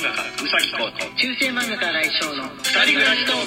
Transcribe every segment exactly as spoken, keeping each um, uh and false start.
画家うさぎこと中世漫画家来翔の二人暮らしトー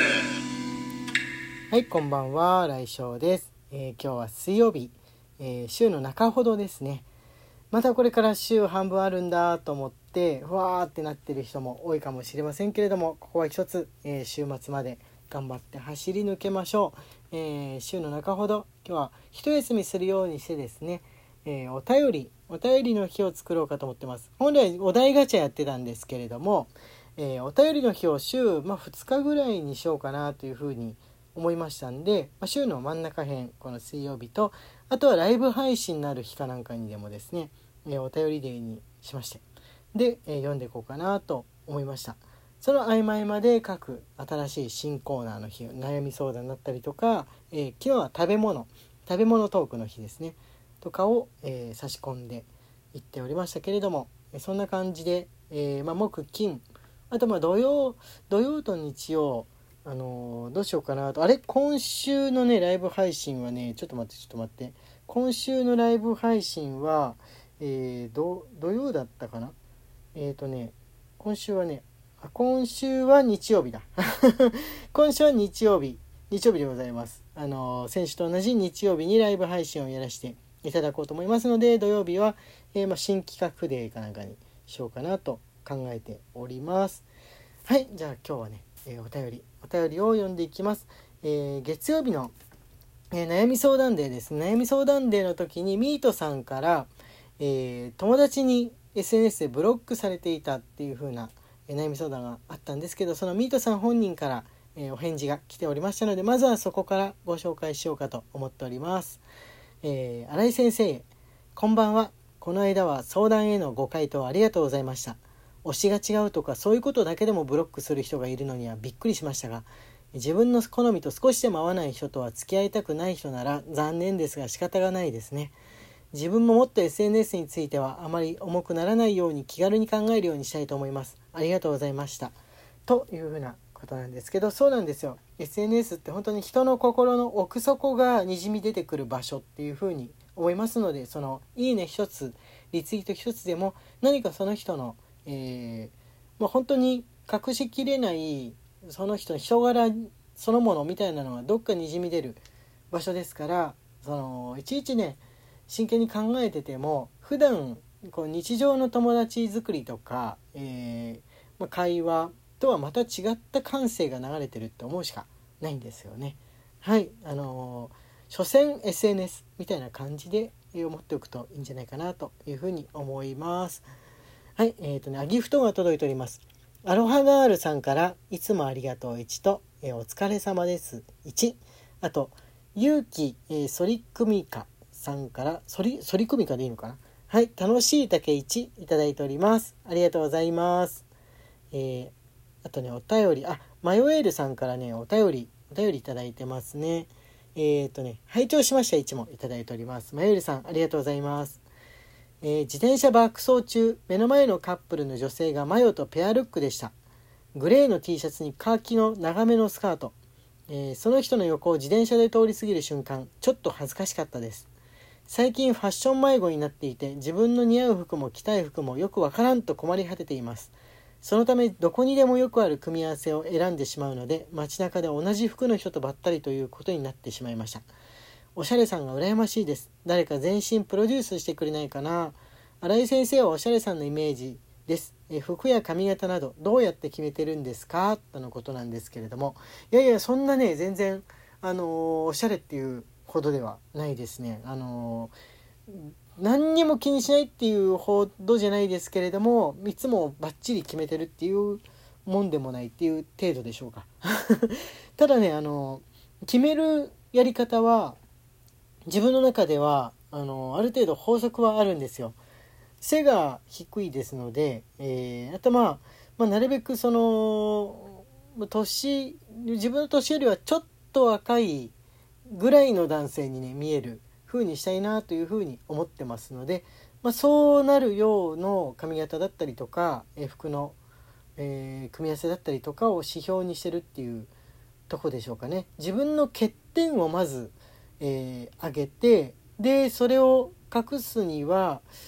ク。 はい、こんばんは、来翔です。えー、今日は水曜日、えー、週の中ほどですね。またこれから週半分あるんだと思ってふわーってなってる人も多いかもしれませんけれども、ここは一つ、えー、週末まで頑張って走り抜けましょう。えー、週の中ほど今日は一休みするようにしてですね、えー、お便りお便りの日を作ろうかと思ってます。本来お題ガチャやってたんですけれども、えー、お便りの日を週、まあ、ふつかぐらいにしようかなというふうに思いましたんで、まあ、週の真ん中辺、この水曜日と、あとはライブ配信になる日かなんかにでもですね、えー、お便りデーにしまして、で、えー、読んでいこうかなと思いました。その合間合間で各新しい新コーナーの日、悩み相談だったりとか、えー、昨日は食べ物食べ物トークの日ですねとかを、えー、差し込んでいっておりましたけれども、そんな感じで、えーまあ、木金、あとまあ土曜土曜と日曜、あのー、どうしようかなと。あれ、今週のねライブ配信はね、ちょっと待ってちょっと待って今週のライブ配信は、えー、ど土曜だったかな。えっとね今週はね今週は日曜日だ今週は日曜日日曜日でございます。あの先週と同じ日曜日にライブ配信をやらせていただこうと思いますので、土曜日は、えーまあ、新企画デーかなんかにしようかなと考えております。はい、じゃあ今日はね、えー、お便りお便りを読んでいきます。えー、月曜日の、えー、悩み相談デーです。悩み相談デーの時にミートさんから、えー、友達に エスエヌエス でブロックされていたっていう風な悩み相談があったんですけど、そのミートさん本人から、えー、お返事が来ておりましたので、まずはそこからご紹介しようかと思っております。えー、新井先生、こんばんは。この間は相談へのご回答ありがとうございました。推しが違うとかそういうことだけでもブロックする人がいるのにはびっくりしましたが、自分の好みと少しでも合わない人とは付き合いたくない人なら残念ですが仕方がないですね。自分ももっと エスエヌエス についてはあまり重くならないように気軽に考えるようにしたいと思います。ありがとうございました。というふうなことなんですけど、そうなんですよ。 エスエヌエス って本当に人の心の奥底がにじみ出てくる場所っていうふうに思いますので、そのいいね一つリツイート一つでも何かその人の、えー、もう本当に隠しきれないその人の人柄そのものみたいなのがどっかにじみ出る場所ですから、そのいちいちね真剣に考えてても、普段こう日常の友達作りとか、えーまあ、会話とはまた違った感性が流れてるって思うしかないんですよね。はい、あのー、所詮 エスエヌエス みたいな感じで思っておくといいんじゃないかなというふうに思います。はい、えーとね、ギフトが届いております。アロハガールさんからいつもありがとういちと、えー、お疲れ様ですいち、あとゆうき、えー、ソリクミカさんからソリソリクミカでいいのかな。はい、楽しい竹いちいただいております。ありがとうございます。えー、あとねお便り、あマヨエールさんからねお便りお便りいただいてますね。えーとね拝聴しましたいちもいただいております。マヨエールさんありがとうございます。えー、自転車爆走中、目の前のカップルの女性がマヨとペアルックでした。グレーの T シャツにカーキの長めのスカート、えー、その人の横を自転車で通り過ぎる瞬間、ちょっと恥ずかしかったです。最近ファッション迷子になっていて、自分の似合う服も着たい服もよくわからんと困り果てています。そのためどこにでもよくある組み合わせを選んでしまうので、街中で同じ服の人とばったりということになってしまいました。おしゃれさんが羨ましいです。誰か全身プロデュースしてくれないかな。新井先生はおしゃれさんのイメージです。え服や髪型などどうやって決めてるんですかとのことなんですけれども、いやいやそんなね全然あのー、おしゃれっていうほどではないですね。あのー、何にも気にしないっていうほどじゃないですけれども、いつもバッチリ決めてるっていうもんでもないっていう程度でしょうかただね、あのー、決めるやり方は自分の中ではあのー、ある程度法則はあるんですよ。背が低いですので、えー、あとまあ、まあ、なるべくその年自分の年よりはちょっと若いぐらいの男性にね見える風にしたいなという風に思ってますので、まあ、そうなるようの髪型だったりとか、えー、服の、えー、組み合わせだったりとかを指標にしてるっていうとこでしょうかね。自分の欠点をまず、えー、上げて、でそれを隠すには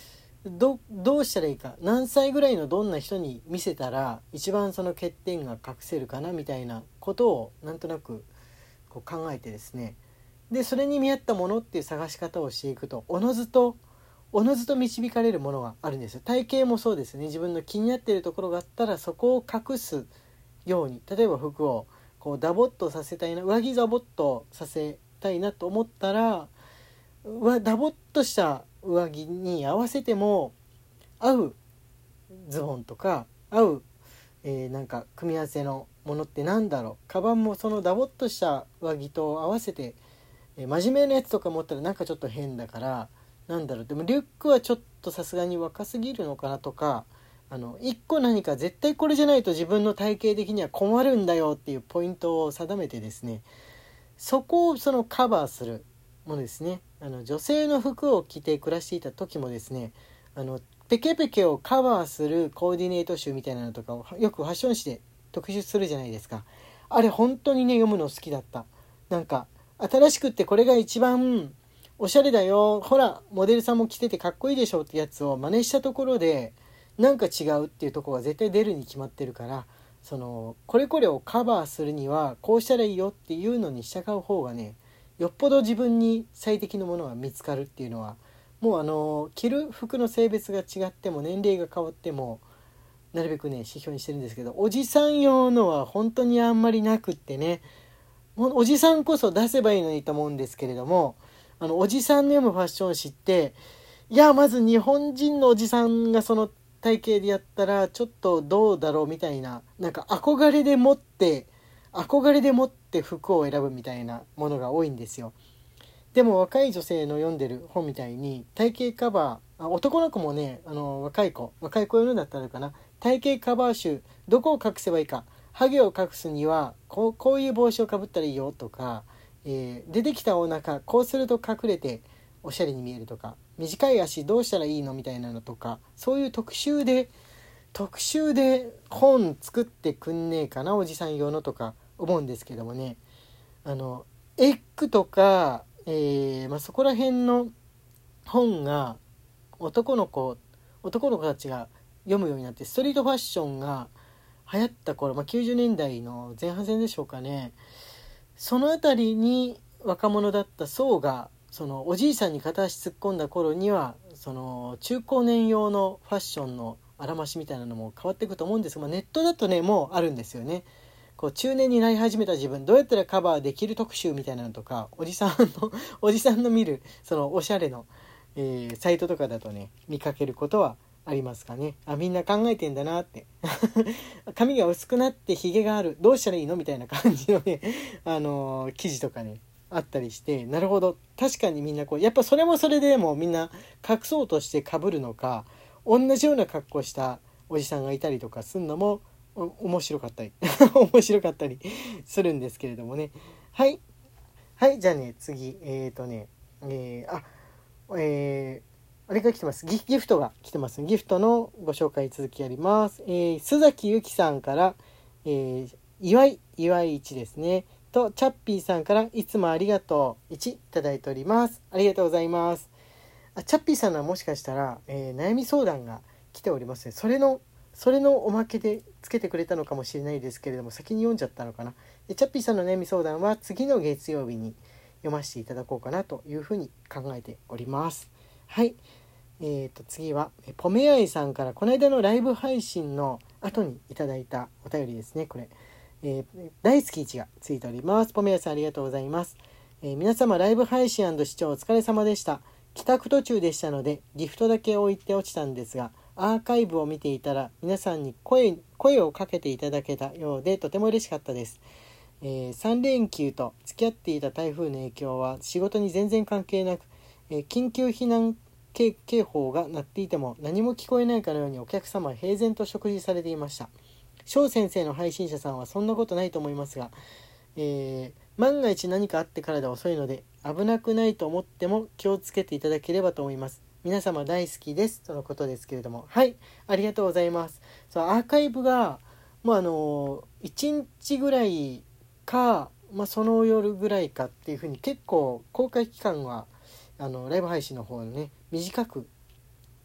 どどうしたらいいか、何歳ぐらいのどんな人に見せたら一番その欠点が隠せるかなみたいなことをなんとなくこう考えてですね、でそれに見合ったものっていう探し方をしていくと、おのずとおのずと導かれるものがあるんですよ。体型もそうですね。自分の気になっているところがあったらそこを隠すように、例えば服をこうダボっとさせたいな、上着ダボっとさせたいなと思ったら、ダボっとした上着に合わせても合うズボンとか合う、えー、なんか組み合わせのものってなんだろう。カバンもそのダボっとした上着と合わせて、えー、真面目なやつとか持ったらなんかちょっと変だから、なんだろう、でもリュックはちょっとさすがに若すぎるのかなとか、あの一個何か絶対これじゃないと自分の体型的には困るんだよっていうポイントを定めてですね、そこをそのカバーするものですね。あの女性の服を着て暮らしていた時もですね、あのペケペケをカバーするコーディネート集みたいなのとかをよくファッション誌で特集するじゃないですか。あれ本当にね読むの好きだった。なんか新しくってこれが一番おしゃれだよ、ほらモデルさんも着ててかっこいいでしょってやつを真似したところでなんか違うっていうところが絶対出るに決まってるから、そのこれこれをカバーするにはこうしたらいいよっていうのに従う方がね、よっぽど自分に最適のものが見つかるっていうのは、もうあの着る服の性別が違っても年齢が変わってもなるべくね指標にしてるんですけど、おじさん用のは本当にあんまりなくってね、おじさんこそ出せばいいのにと思うんですけれども、あのおじさんの読むファッション誌って、いやまず日本人のおじさんがその体型でやったらちょっとどうだろうみたいな、なんか憧れでもって憧れでもって服を選ぶみたいなものが多いんですよ。でも若い女性の読んでる本みたいに体型カバー、あ男の子もね、あの若い子若い子用のだったらかな、体型カバー集、どこを隠せばいいか、ハゲを隠すにはこう、こういう帽子をかぶったらいいよとか、えー、出てきたお腹こうすると隠れておしゃれに見えるとか、短い足どうしたらいいのみたいなのとか、そういう特集で特集で本作ってくんねえかな、おじさん用のとか思うんですけどもね、あのエッグとか、えーまあ、そこら辺の本が男の子男の子たちが読むようになって、ストリートファッションが流行った頃、まあ、きゅうじゅうねんだいの前半戦でしょうかね、そのあたりに若者だった層がそのおじいさんに片足突っ込んだ頃には、その中高年用のファッションのあらましみたいなのも変わっていくと思うんですが、まあ、ネットだとねもうあるんですよね。こう中年になり始めた自分どうやったらカバーできる特集みたいなのとか、おじさんのおじさんの見るそのおしゃれの、えーサイトとかだとね見かけることはありますかね。あ、みんな考えてんだなって髪が薄くなってヒゲがある、どうしたらいいのみたいな感じのねあのー記事とかねあったりして、なるほど確かにみんなこうやっぱそれもそれでもみんな隠そうとして被るのか、同じような格好したおじさんがいたりとかするのも面白かったり面白かったりするんですけれどもね。はいはい、じゃあね次えっ、ー、とねえー、あえー、あれが来てます。ギ、ギフトが来てます。ギフトのご紹介続きやります。えー、須崎ゆきさんから、えー、祝い祝いいちですねと、チャッピーさんからいつもありがとういちいただいております。ありがとうございます。あ、チャッピーさんはもしかしたら、えー、悩み相談が来ておりますね。それのそれのおまけでつけてくれたのかもしれないですけれども、先に読んじゃったのかな。でチャッピーさんの悩み相談は次の月曜日に読ませていただこうかなというふうに考えております。はい、えー、と次はポメアイさんからこの間のライブ配信の後にいただいたお便りですね。これ、えー、大好きいちがついております。ポメアイさんありがとうございます。えー、皆様ライブ配信&視聴お疲れ様でした。帰宅途中でしたのでギフトだけ置いて落ちたんですが、アーカイブを見ていたら皆さんに 声, 声をかけていただけたようでとても嬉しかったです。えー、さん連休と付き合っていた台風の影響は仕事に全然関係なく、えー、緊急避難警報が鳴っていても何も聞こえないかのようにお客様は平然と食事されていました。翔先生の配信者さんはそんなことないと思いますが、えー、万が一何かあってからで遅いので危なくないと思っても気をつけていただければと思います。皆様大好きですとのことですけれども、はい、ありがとうございます。そうアーカイブがもうあのいちにちぐらいか、まあ、その夜ぐらいかっていう風に結構公開期間はあのライブ配信の方ね短く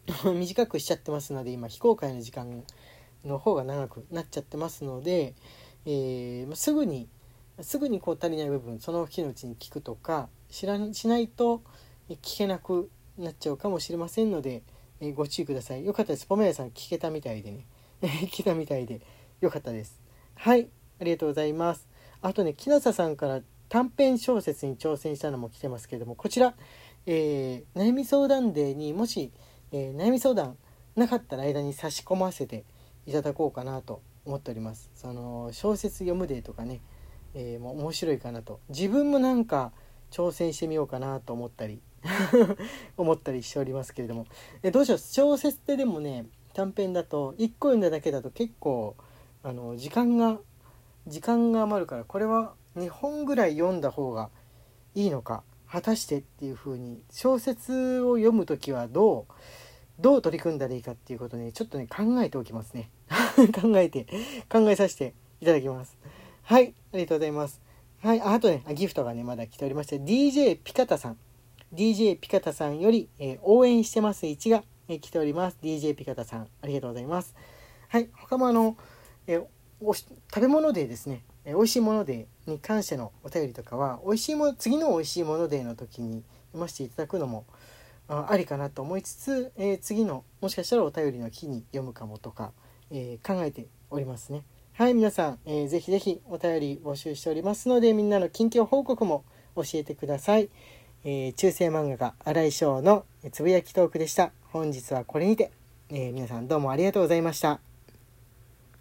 短くしちゃってますので、今非公開の時間の方が長くなっちゃってますので、えー、すぐにすぐにこう足りない部分、その日のうちに聞くとか知らしないと聞けなくなっちゃうかもしれませんので、えー、ご注意ください。よかったです。ポメラさん聞けたみたいでね聞けたみたいでよかったです。はい、ありがとうございます。あとね、木下さんから短編小説に挑戦したのも来てますけれども、こちら、えー、悩み相談デーにもし、えー、悩み相談なかったら間に差し込ませていただこうかなと思っております。その小説読むデーとかね、えー、もう面白いかなと、自分もなんか挑戦してみようかなと思ったり思ったりしておりますけれども、えどうしよう。小説ってでもね、短編だといっこ読んだだけだと結構あの時間が時間が余るから、これはにほんぐらい読んだ方がいいのか果たしてっていう風に、小説を読むときはどうどう取り組んだらいいかっていうことにちょっとね考えておきますね考えて考えさせていただきます。はい、ありがとうございます。はい、あ, あとねギフトがねまだ来ておりまして、 ディージェー ピカタさん ディージェー ピカタさんより、えー、応援してますいちが、えー、来ております。 ディージェー ピカタさんありがとうございます。はい、他もあの、えー、お食べ物でですね、えー、美味しいものでに関してのお便りとかは美味しいもの次の美味しいものデーの時に読ませていただくのもあありかなと思いつつ、えー、次のもしかしたらお便りの日に読むかもとか、えー、考えておりますね。はい、皆さん、えー、ぜひぜひお便り募集しておりますので、みんなの近況報告も教えてください。えー、中世漫画家新井翔のつぶやきトークでした。本日はこれにて、えー、皆さんどうもありがとうございました。